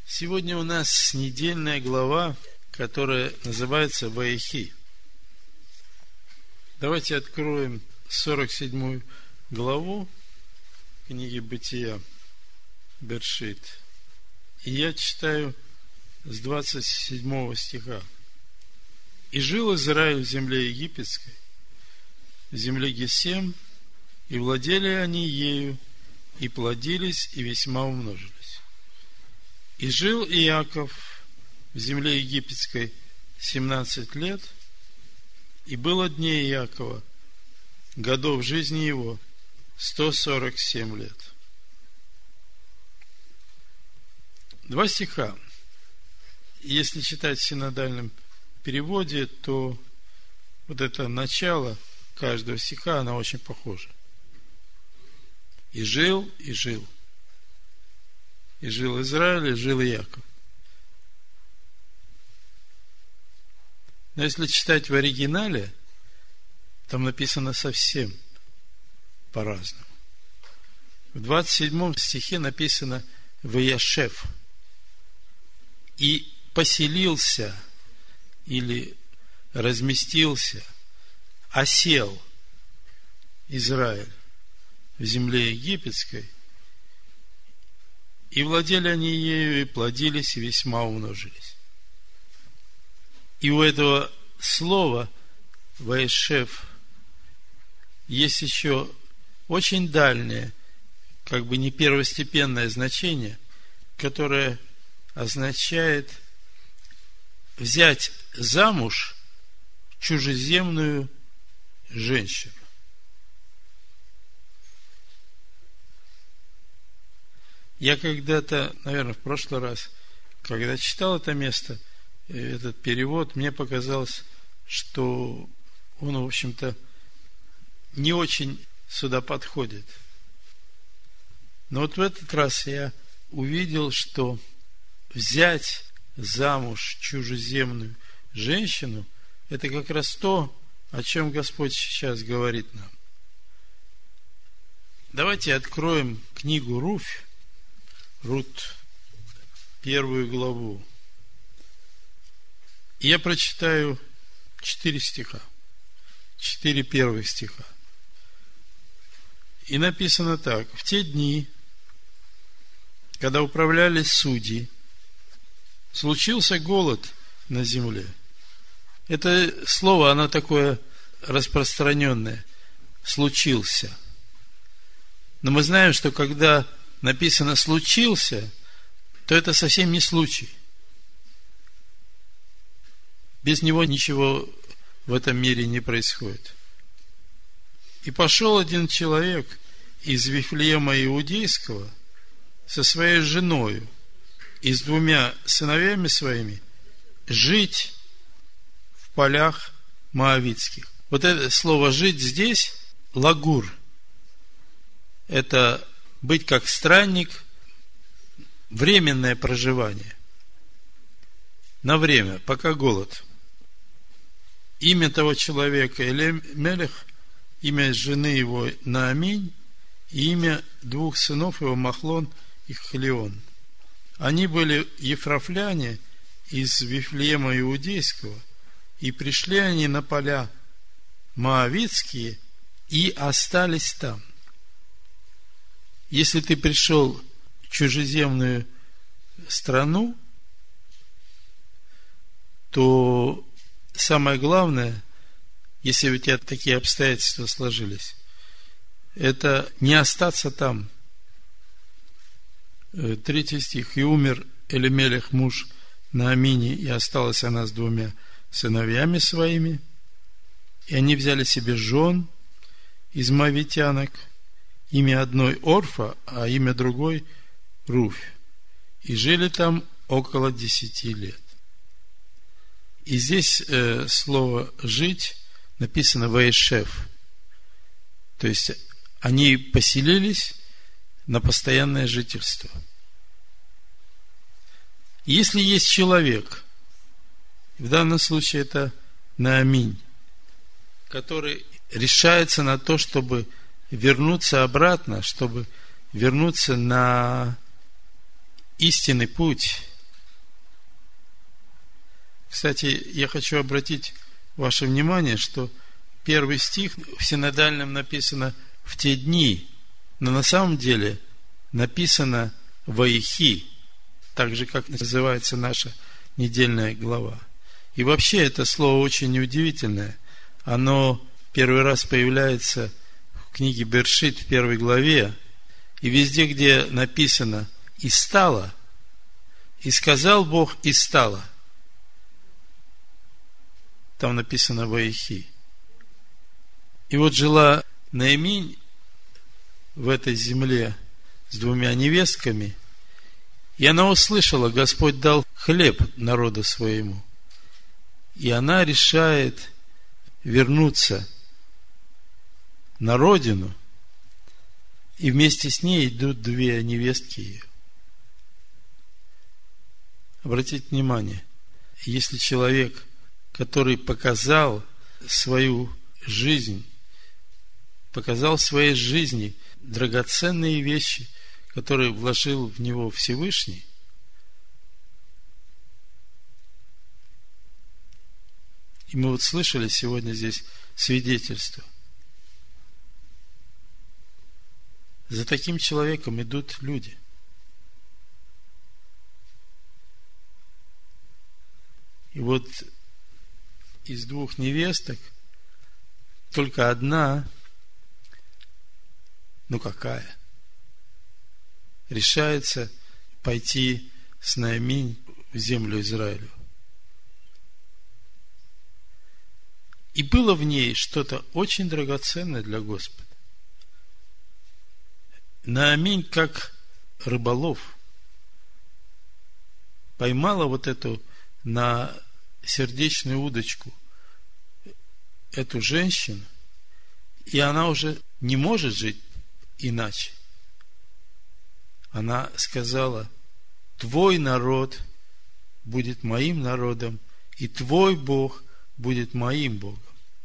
Сегодня у нас недельная глава, которая называется Ваихи. Давайте откроем 47 главу книги Бытия, Бершит. И я читаю с 27 стиха. «И жил Израиль в земле египетской, в земле Гесем, и владели они ею, и плодились, и весьма умножились. И жил Иаков в земле египетской 17 лет, и было дней Иакова, годов жизни его, 147 лет». Два стиха. Если читать в синодальном переводе, то вот это начало каждого стиха, оно очень похоже. И жил, и жил. И жил Израиль, и жил Иаков. Но если читать в оригинале, там написано совсем по-разному. В 27 стихе написано «Ваяшев». И поселился или разместился, осел Израиль в земле египетской, и владели они ею, и плодились, и весьма умножились. И у этого слова «Ваешев» есть еще очень дальнее, как бы не первостепенное значение, которое означает взять замуж чужеземную женщину. Я когда-то, наверное, в прошлый раз, когда читал это место, этот перевод, мне показалось, что он, в общем-то, не очень сюда подходит. Но вот в этот раз я увидел, что взять замуж чужеземную женщину – это как раз то, о чем Господь сейчас говорит нам. Давайте откроем книгу Рут, 1 главу. И я прочитаю 4 стиха, 4 первых стиха. И написано так: «В те дни, когда управлялись судьи, случился голод на земле». Это слово, оно такое распространенное. Случился. Но мы знаем, что когда написано «случился», то это совсем не случай. Без него ничего в этом мире не происходит. «И пошел один человек из Вифлеема Иудейского со своей женою и с 2 сыновьями своими жить в полях моавитских». Вот это слово «жить» здесь – лагур. Это быть как странник, временное проживание. На время, пока голод. Имя того человека Элемелех, имя жены его Нааминь, и имя 2 сынов его Махлон и Хлеон. Они были ефрафляне из Вифлеема Иудейского, и пришли они на поля моавитские и остались там. Если ты пришел в чужеземную страну, то самое главное, если у тебя такие обстоятельства сложились, это не остаться там. 3 стих. «И умер Элемелех, муж Наамини, и осталась она с 2 сыновьями своими, и они взяли себе жен из моавитянок, имя одной Орфа, а имя другой Руфь, и жили там около 10 лет». И здесь слово «жить» написано «ваешев». То есть они поселились на постоянное жительство. Если есть человек, в данном случае это Нааминь, который решается на то, чтобы вернуться обратно, чтобы вернуться на истинный путь, Кстати, я хочу обратить ваше внимание, что первый стих в синодальном написано «в те дни», но на самом деле написано «ваихи», так же, как называется наша недельная глава. И вообще это слово очень удивительное. Оно первый раз появляется в книге Бершит в 1 главе, и везде, где написано «и стало», «и сказал Бог, и стало», там написано «ваихи». И вот жила Нааминь в этой земле с 2 невестками, и она услышала, Господь дал хлеб народу своему. И она решает вернуться на родину, и вместе с ней идут 2 невестки ее. Обратите внимание, если человек, который показал свою жизнь, показал в своей жизни драгоценные вещи, которые вложил в него Всевышний, и мы вот слышали сегодня здесь свидетельство. За таким человеком идут люди. И вот из 2 невесток только одна, какая, решается пойти с Нааминь в землю Израилю. И было в ней что-то очень драгоценное для Господа. Нааминь, как рыболов, поймала вот эту на сердечную удочку эту женщину, и она уже не может жить иначе. Она сказала: твой народ будет моим народом, и твой Бог будет моим Богом.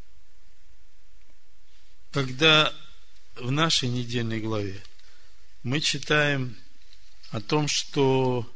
Когда в нашей недельной главе мы читаем о том, что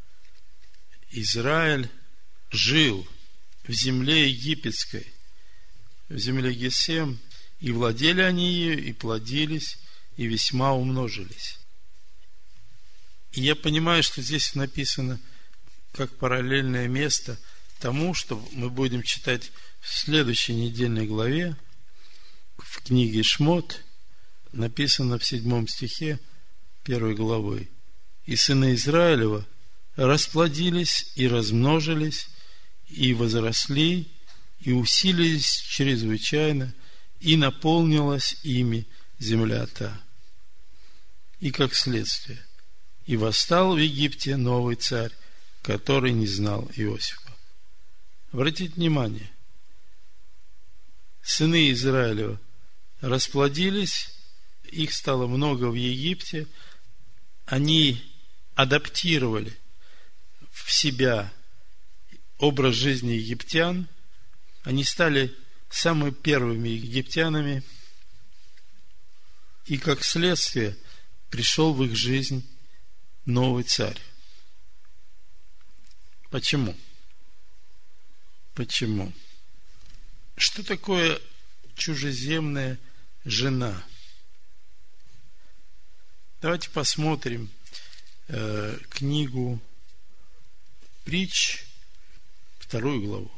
Израиль жил в земле египетской, в земле Гесем, и владели они ею, и плодились, и весьма умножились. И я понимаю, что здесь написано как параллельное место тому, что мы будем читать в следующей недельной главе, в книге Шмот, написано в 7 стихе 1 главы: «И сыны Израилева расплодились и размножились, и возросли, и усилились чрезвычайно, и наполнилась ими земля та. И как следствие, и восстал в Египте новый царь, который не знал Иосифа». Обратите внимание, сыны Израилева расплодились, их стало много в Египте, они адаптировали в себя образ жизни египтян, они стали самыми первыми египтянами, и как следствие пришел в их жизнь новый царь. Почему? Почему? Что такое чужеземная жена? Давайте посмотрим книгу Притч, 2 главу.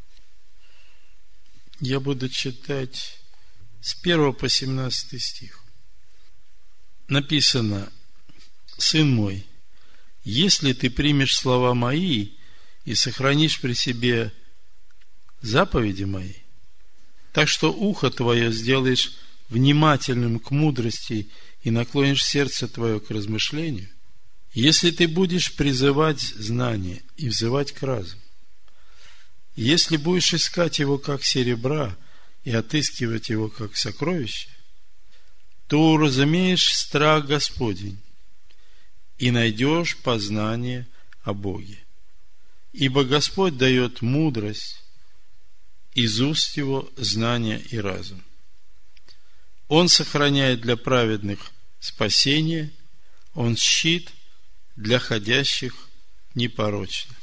Я буду читать с 1 по 17 стих. Написано: «Сын мой, если ты примешь слова мои и сохранишь при себе заповеди мои, так что ухо твое сделаешь внимательным к мудрости и наклонишь сердце твое к размышлению, если ты будешь призывать знание и взывать к разуму, если будешь искать его как серебра и отыскивать его как сокровище, то уразумеешь страх Господень и найдешь познание о Боге. Ибо Господь дает мудрость, из уст его знание и разум. Он сохраняет для праведных спасение, он щит для ходящих непорочно».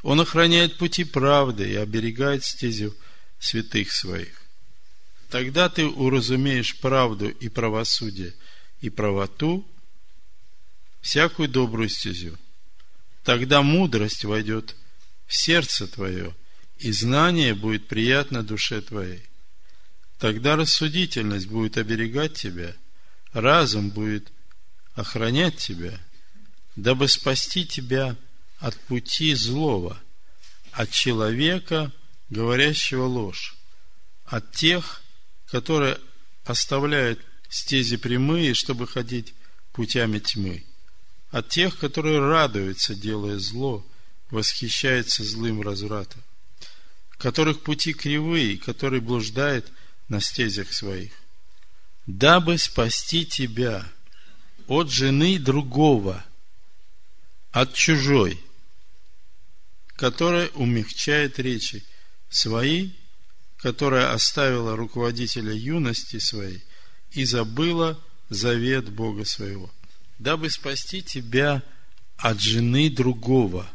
Он охраняет пути правды и оберегает стезю святых своих. Тогда ты уразумеешь правду и правосудие, и правоту, всякую добрую стезю. Тогда мудрость войдет в сердце твое, и знание будет приятно душе твоей. Тогда рассудительность будет оберегать тебя, разум будет охранять тебя, дабы спасти тебя от пути злого, от человека, говорящего ложь, от тех, которые оставляют стези прямые, чтобы ходить путями тьмы, от тех, которые радуются, делая зло, восхищаются злым развратом, которых пути кривые, которые блуждают на стезях своих, дабы спасти тебя от жены другого, от чужой, которая умягчает речи свои, которая оставила руководителя юности своей и забыла завет Бога своего, дабы спасти тебя от жены другого.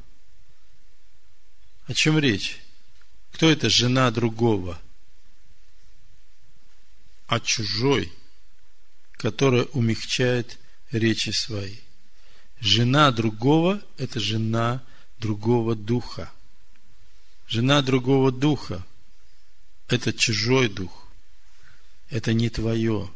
О чем речь? Кто это жена другого? От чужой, которая умягчает речи свои. Жена другого – это жена другого духа. Жена другого духа – это чужой дух. Это не твое.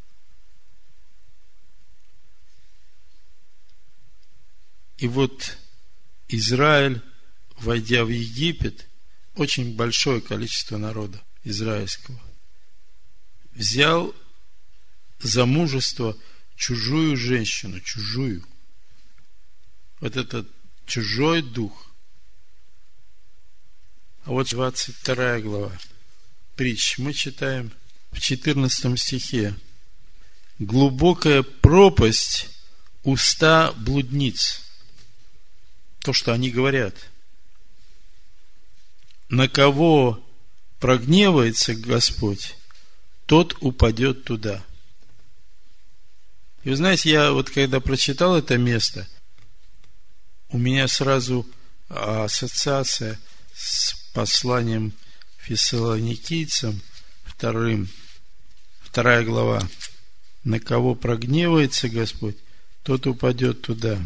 И вот Израиль, войдя в Египет, очень большое количество народа израильского, взял за мужество чужую женщину, чужую. Вот этот чужой дух. А вот 22 глава Притч мы читаем в 14 стихе. Глубокая пропасть уста блудниц. То, что они говорят. На кого прогневается Господь, тот упадет туда. И вы знаете, я вот когда прочитал это место, у меня сразу ассоциация с посланием Фессалоникийцам 2 глава. На кого прогневается Господь, тот упадет туда.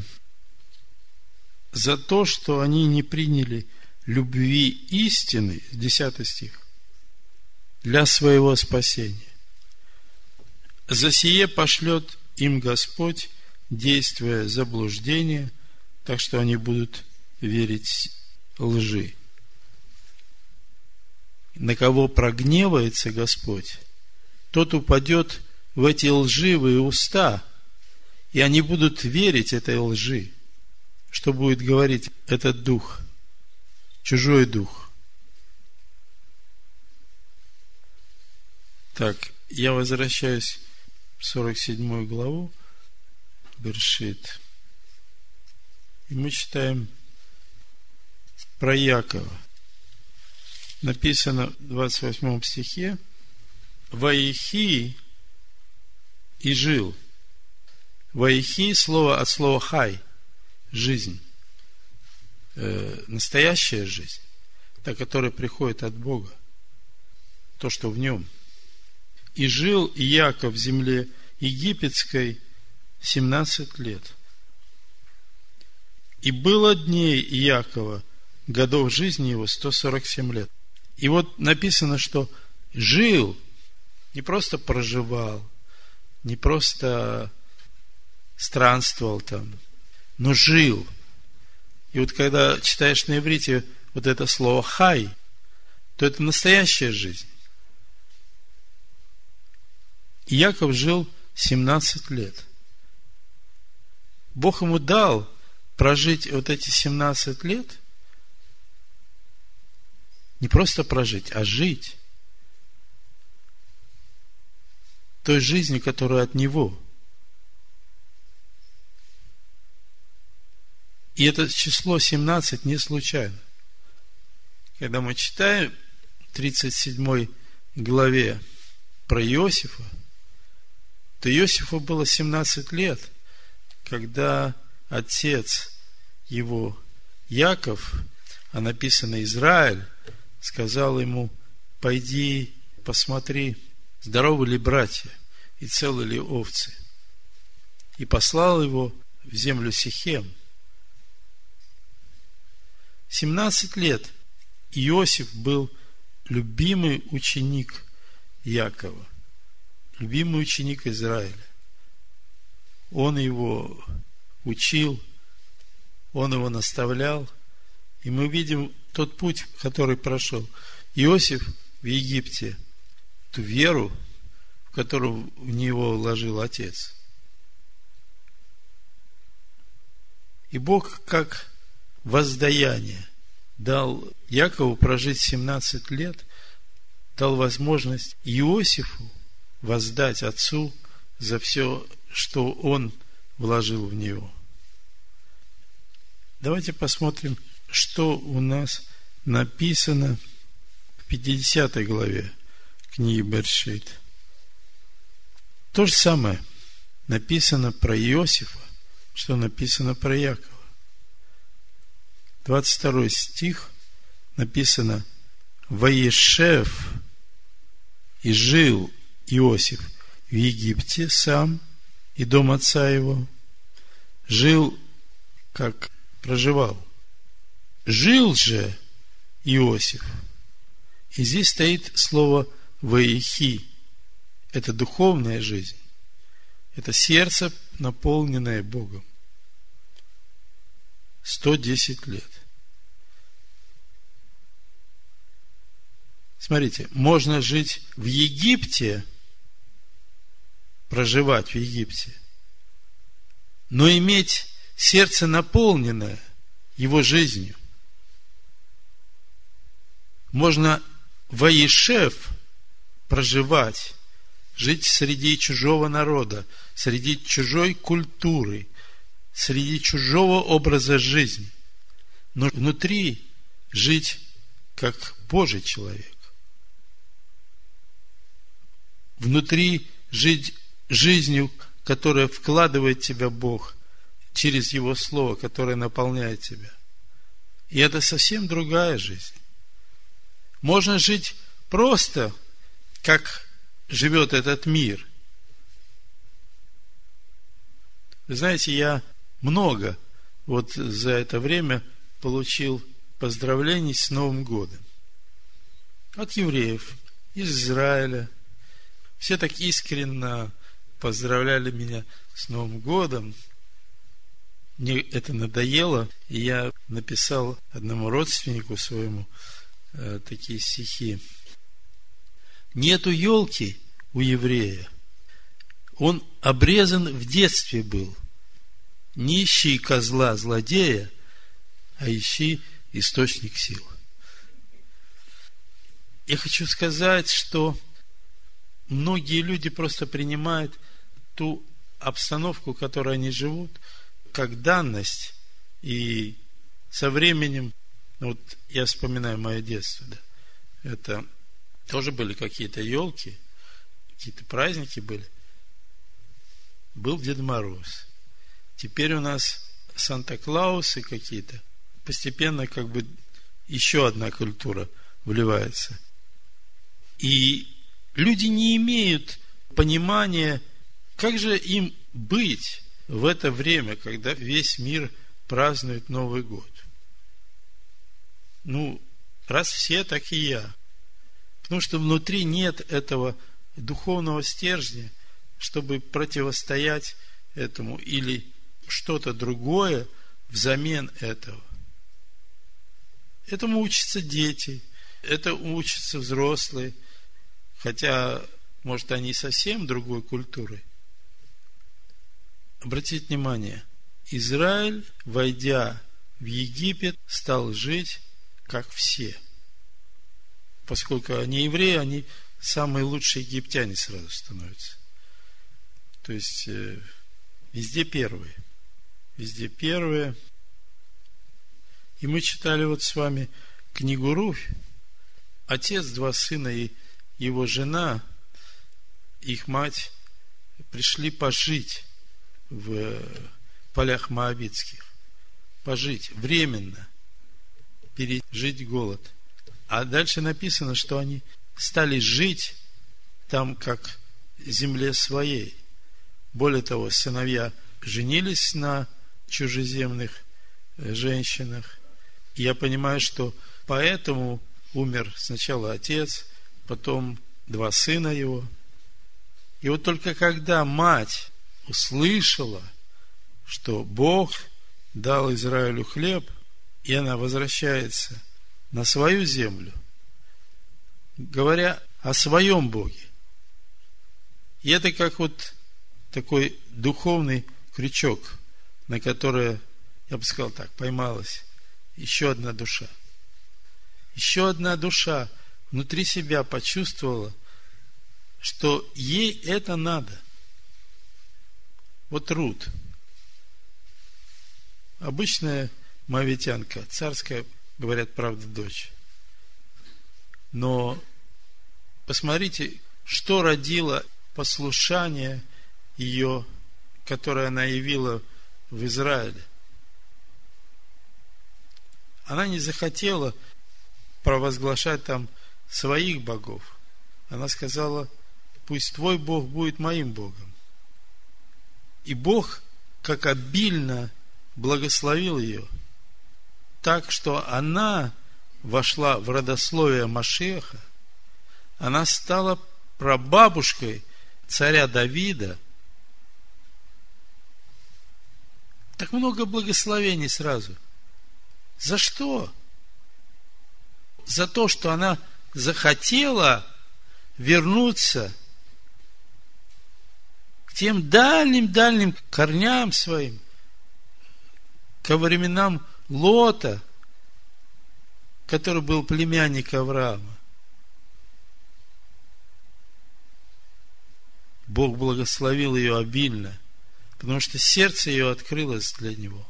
За то, что они не приняли любви истины, 10 стих, для своего спасения. За сие пошлет им Господь, действуя заблуждение, так что они будут верить лжи. На кого прогневается Господь, тот упадет в эти лживые уста, и они будут верить этой лжи. Что будет говорить этот дух, чужой дух? Так, я возвращаюсь в 47 главу, Берешит. И мы читаем про Якова. Написано в 28 стихе: «Ваихи и жил». Ваихи слово от слова хай, жизнь, настоящая жизнь, та, которая приходит от Бога, то, что в нем. И жил Иаков в земле египетской 17 лет. И было дней Иакова, годов жизни его 147 лет. И вот написано, что жил, не просто проживал, не просто странствовал там, но жил. И вот когда читаешь на иврите вот это слово хай, то это настоящая жизнь. И Яков жил 17 лет. Бог ему дал прожить вот эти 17 лет, не просто прожить, а жить той жизнью, которая от него. И это число 17 не случайно. Когда мы читаем в 37 главе про Иосифа, то Иосифу было 17 лет, когда отец его, Яков, а написано Израиль, сказал ему: пойди, посмотри, здоровы ли братья и целы ли овцы. И послал его в землю Сихем. 17 лет Иосиф был любимый ученик Якова, любимый ученик Израиля. Он его учил, он его наставлял. И мы видим тот путь, который прошел Иосиф в Египте, ту веру, в которую в него вложил отец. И Бог, как воздаяние, дал Якову прожить 17 лет, дал возможность Иосифу воздать отцу за все, что он вложил в него. Давайте посмотрим, что у нас написано в 50 главе книги Берешит. То же самое написано про Иосифа, что написано про Якова. 22 стих написано: «Ваешев, и жил Иосиф в Египте сам и дом отца его». Жил, как проживал. Жил же Иосиф. И здесь стоит слово «ваехи». Это духовная жизнь. Это сердце, наполненное Богом. 110 лет. Смотрите, можно жить в Египте, проживать в Египте, но иметь сердце, наполненное его жизнью. Можно ваешев проживать, жить среди чужого народа, среди чужой культуры, среди чужого образа жизни, но внутри жить как Божий человек. Внутри жить жизнью, которая вкладывает в тебя Бог через Его Слово, которое наполняет тебя. И это совсем другая жизнь. Можно жить просто, как живет этот мир. Вы знаете, я много вот за это время получил поздравлений с Новым годом. От евреев, из Израиля. Все так искренне поздравляли меня с Новым годом. Мне это надоело, и я написал одному родственнику своему такие стихи. Нету елки у еврея. Он обрезан в детстве был. Не ищи козла злодея, а ищи источник сил. Я хочу сказать, что многие люди просто принимают ту обстановку, в которой они живут, как данность, и со временем, вот я вспоминаю мое детство, да, это тоже были какие-то елки, какие-то праздники были. Был Дед Мороз. Теперь у нас Санта-Клаусы какие-то. Постепенно как бы еще одна культура вливается. И люди не имеют понимания, как же им быть в это время, когда весь мир празднует Новый год. Раз все, так и я. Потому что внутри нет этого духовного стержня, чтобы противостоять этому или что-то другое взамен этого. Этому учатся дети, это учатся взрослые, хотя, может, они совсем другой культуры. Обратите внимание, Израиль, войдя в Египет, стал жить как все. Поскольку они евреи, они самые лучшие египтяне сразу становятся. То есть, везде первые. Везде первые. И мы читали вот с вами книгу Руфь. Отец, 2 сына и его жена, их мать, пришли пожить в полях моавитских. Пожить временно. пережить голод. А дальше написано, что они стали жить там, как в земле своей. Более того, сыновья женились на чужеземных женщинах. И я понимаю, что поэтому умер сначала отец, потом 2 сына его. И вот только когда мать услышала, что Бог дал Израилю хлеб, и она возвращается на свою землю, говоря о своем Боге. И это как вот такой духовный крючок, на который, я бы сказал так, поймалась еще одна душа. Еще одна душа внутри себя почувствовала, что ей это надо. Вот Рут. Обычная моавитянка, царская, говорят, правда, дочь. Но посмотрите, что родило послушание ее, которое она явила в Израиле. Она не захотела провозглашать там своих богов. Она сказала: пусть твой Бог будет моим Богом. И Бог, как обильно благословил ее, так что она вошла в родословие Машиаха, она стала прабабушкой царя Давида. Так много благословений сразу. За что? За то, что она захотела вернуться к тем дальним корням своим, ко временам Лота, который был племянник Авраама. Бог благословил ее обильно, потому что сердце ее открылось для него.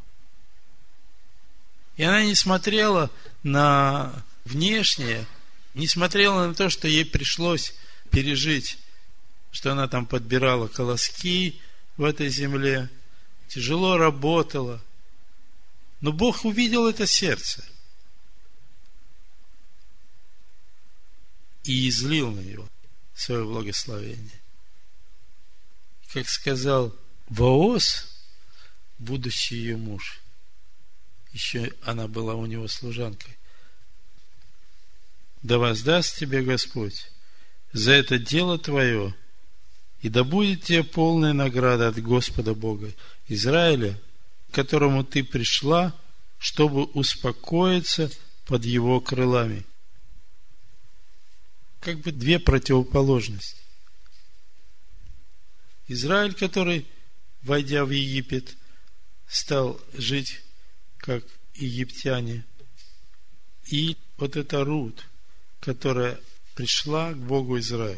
И она не смотрела на внешнее, не смотрела на то, что ей пришлось пережить, что она там подбирала колоски в этой земле, тяжело работала. Но Бог увидел это сердце и излил на него свое благословение. Как сказал Бооз, будущий ее муж, еще она была у него служанкой: да воздаст тебе Господь за это дело твое, и да будет тебе полная награда от Господа Бога Израиля, к которому ты пришла, чтобы успокоиться под его крылами. Как бы 2 противоположности. Израиль, который, войдя в Египет, стал жить как египтяне. И вот эта Рут, которая пришла к Богу Израиля,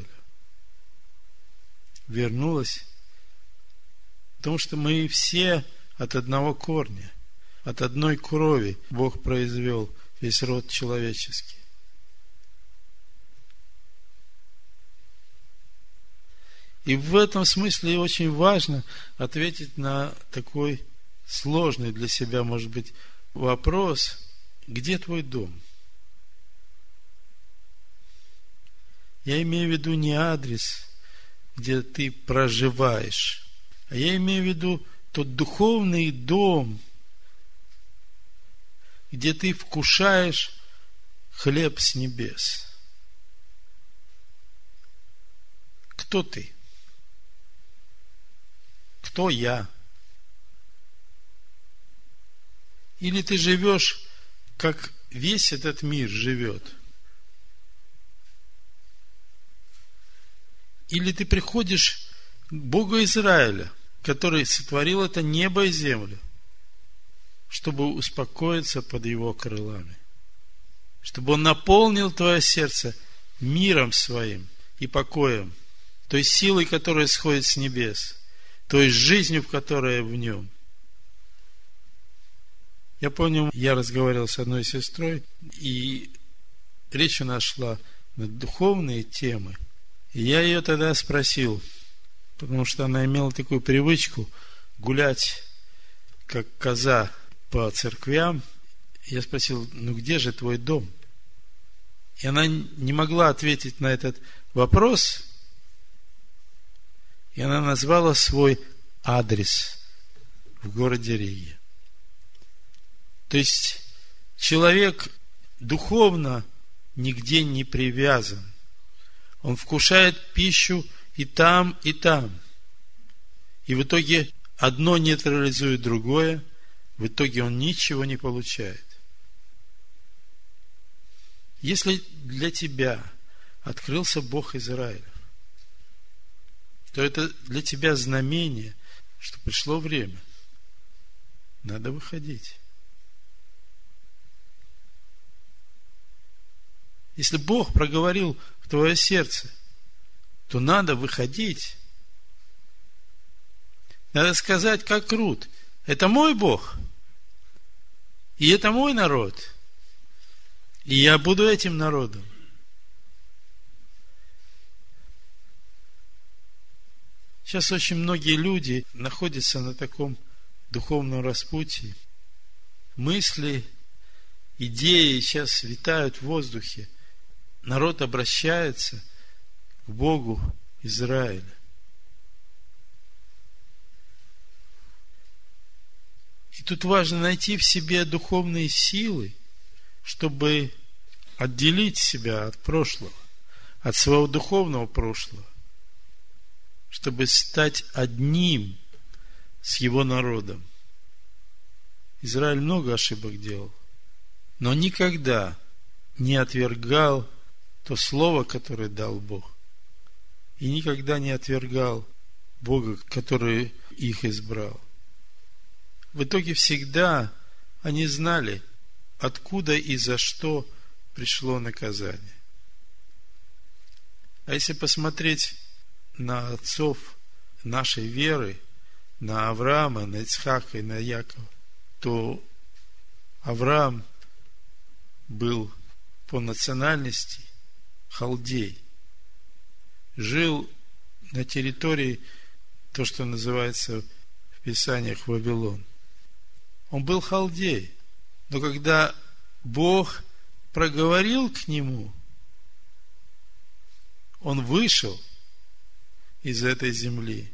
вернулась, потому что мы все от одного корня, от одной крови Бог произвел весь род человеческий. И в этом смысле очень важно ответить на такой сложный для себя, может быть, вопрос: где твой дом? Я имею в виду не адрес, где ты проживаешь, а я имею в виду тот духовный дом, где ты вкушаешь хлеб с небес. Кто ты? Кто я? Или ты живешь, как весь этот мир живет? Или ты приходишь к Богу Израиля, который сотворил это небо и землю, чтобы успокоиться под его крылами, чтобы он наполнил твое сердце миром своим и покоем, той силой, которая сходит с небес, той жизнью, в которой в нем. Я помню, я разговаривал с одной сестрой, и речь у нас шла на духовные темы. И я ее тогда спросил, потому что она имела такую привычку гулять, как коза, по церквям. Я спросил: ну где же твой дом? И она не могла ответить на этот вопрос, и она назвала свой адрес в городе Риге. То есть человек духовно нигде не привязан. Он вкушает пищу и там, и там. И в итоге одно нейтрализует другое, в итоге он ничего не получает. Если для тебя открылся Бог Израилев, то это для тебя знамение, что пришло время. Надо выходить. Если Бог проговорил в твое сердце, то надо выходить. Надо сказать, как Рут: это мой Бог, и это мой народ, и я буду этим народом. Сейчас очень многие люди находятся на таком духовном распутье. Мысли, идеи сейчас витают в воздухе. Народ обращается к Богу Израиля. И тут важно найти в себе духовные силы, чтобы отделить себя от прошлого, от своего духовного прошлого, чтобы стать одним с его народом. Израиль много ошибок делал, но никогда не отвергал то слово, которое дал Бог, и никогда не отвергал Бога, который их избрал. В итоге всегда они знали, откуда и за что пришло наказание. А если посмотреть на отцов нашей веры, на Авраама, на Ицхака и на Якова, то Авраам был по национальности халдей. Жил на территории, то, что называется в Писаниях Вавилон. Он был халдей. Но когда Бог проговорил к нему, он вышел из этой земли.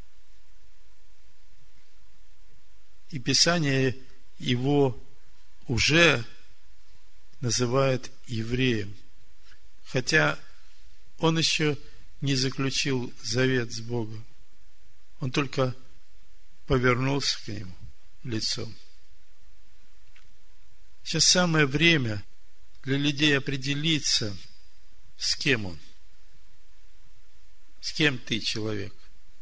И Писание его уже называет евреем. Хотя он еще не заключил завет с Богом. Он только повернулся к нему лицом. Сейчас самое время для людей определиться, с кем он. С кем ты, человек.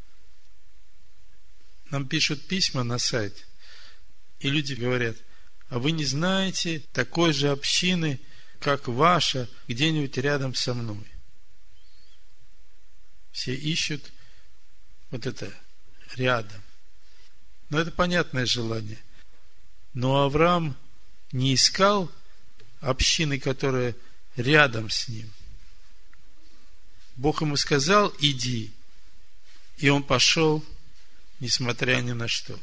Нам пишут письма на сайт, и люди говорят: а вы не знаете такой же общины, как ваша, где-нибудь рядом со мной? Все ищут вот это рядом. Но это понятное желание. Но Авраам не искал общины, которая рядом с ним. Бог ему сказал: иди. И он пошел, несмотря ни на что.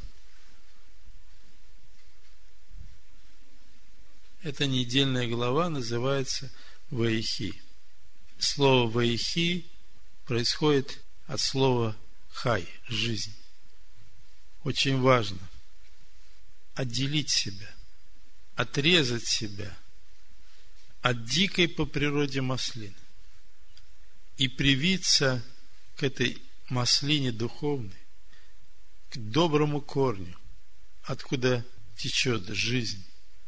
Эта недельная глава называется Ваихи. Слово Ваихи происходит от слова хай, жизнь. Очень важно отделить себя, отрезать себя от дикой по природе маслины и привиться к этой маслине духовной, к доброму корню, откуда течет жизнь.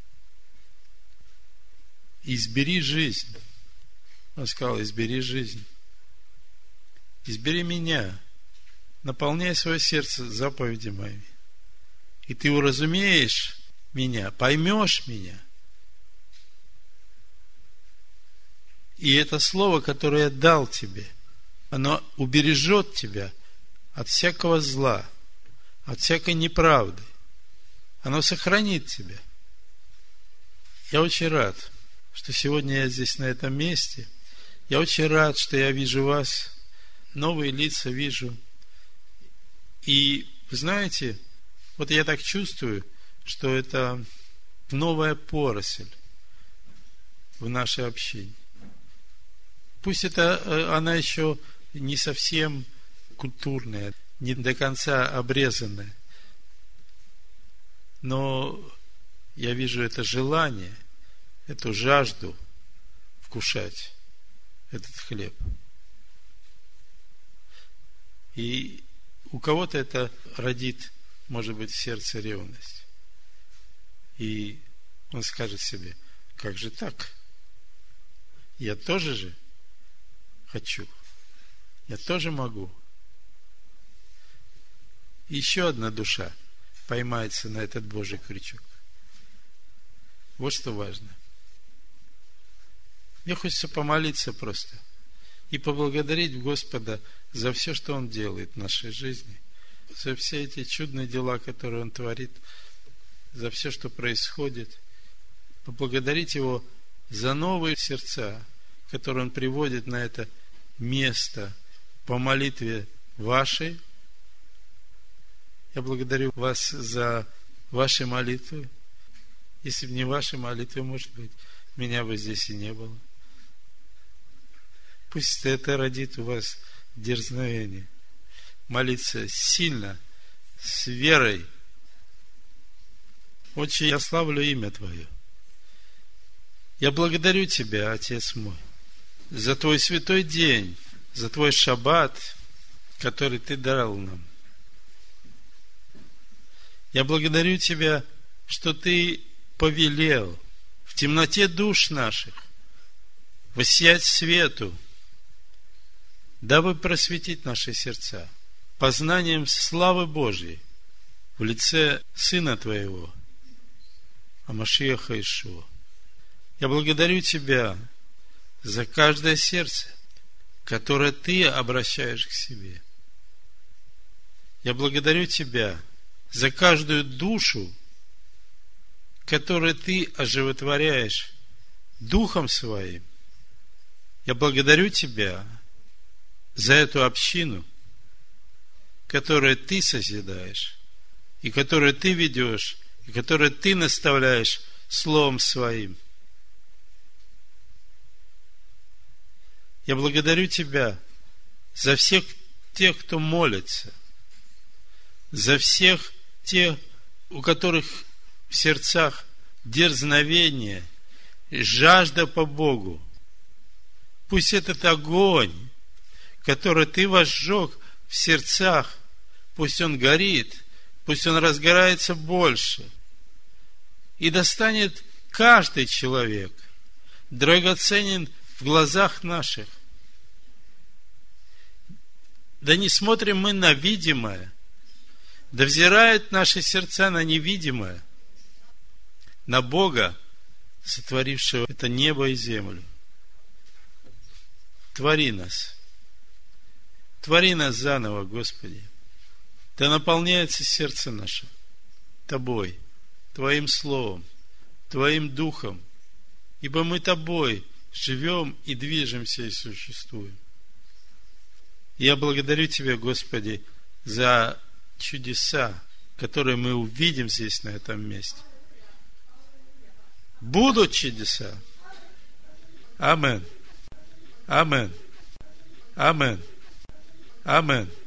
Избери жизнь. Он сказал: избери жизнь. Избери меня. Наполняй свое сердце заповедями моими. И ты уразумеешь меня, поймешь меня. И это слово, которое я дал тебе, оно убережет тебя от всякого зла, от всякой неправды. Оно сохранит тебя. Я очень рад, что сегодня я здесь, на этом месте. Я очень рад, что я вижу вас, новые лица вижу. И, вы знаете, вот я так чувствую, что это новая поросль в нашей общине. Пусть это она еще не совсем культурная, не до конца обрезанная, но я вижу это желание, эту жажду вкушать этот хлеб. И у кого-то это родит, может быть, в сердце ревность. И он скажет себе: как же так? Я тоже же хочу. Я тоже могу. Еще одна душа поймается на этот Божий крючок. Вот что важно. Мне хочется помолиться просто и поблагодарить Господа за все, что Он делает в нашей жизни, за все эти чудные дела, которые Он творит, за все, что происходит. Поблагодарить Его за новые сердца, которые Он приводит на это место по молитве вашей. Я благодарю вас за ваши молитвы. Если бы не ваши молитвы, может быть, меня бы здесь и не было. Пусть это родит у вас дерзновение. Молиться сильно, с верой. Отче, я славлю имя Твое. Я благодарю Тебя, Отец мой, за Твой святой день, за Твой шаббат, который Ты дал нам. Я благодарю Тебя, что Ты повелел в темноте душ наших воссиять свету, дабы просветить наши сердца познанием славы Божьей в лице Сына Твоего, Амашиаха Иешуа. Я благодарю Тебя за каждое сердце, которое Ты обращаешь к себе. Я благодарю Тебя за каждую душу, которую Ты оживотворяешь Духом Своим. Я благодарю Тебя за эту общину, которую Ты созидаешь, и которую Ты ведешь, и которую Ты наставляешь Словом Своим. Я благодарю Тебя за всех тех, кто молится, за всех тех, у которых в сердцах дерзновение и жажда по Богу. Пусть этот огонь, который Ты возжег в сердцах, пусть он горит, пусть он разгорается больше, и достанет каждый человек, драгоценен в глазах наших. Да не смотрим мы на видимое, да взирают наши сердца на невидимое, на Бога, сотворившего это небо и землю. Твори нас заново, Господи. Да наполняется сердце наше Тобой, Твоим Словом, Твоим Духом, ибо мы Тобой живем и движемся и существуем. Я благодарю Тебя, Господи, за чудеса, которые мы увидим здесь, на этом месте. Будут чудеса. Амен. Амен. Амен. Амен.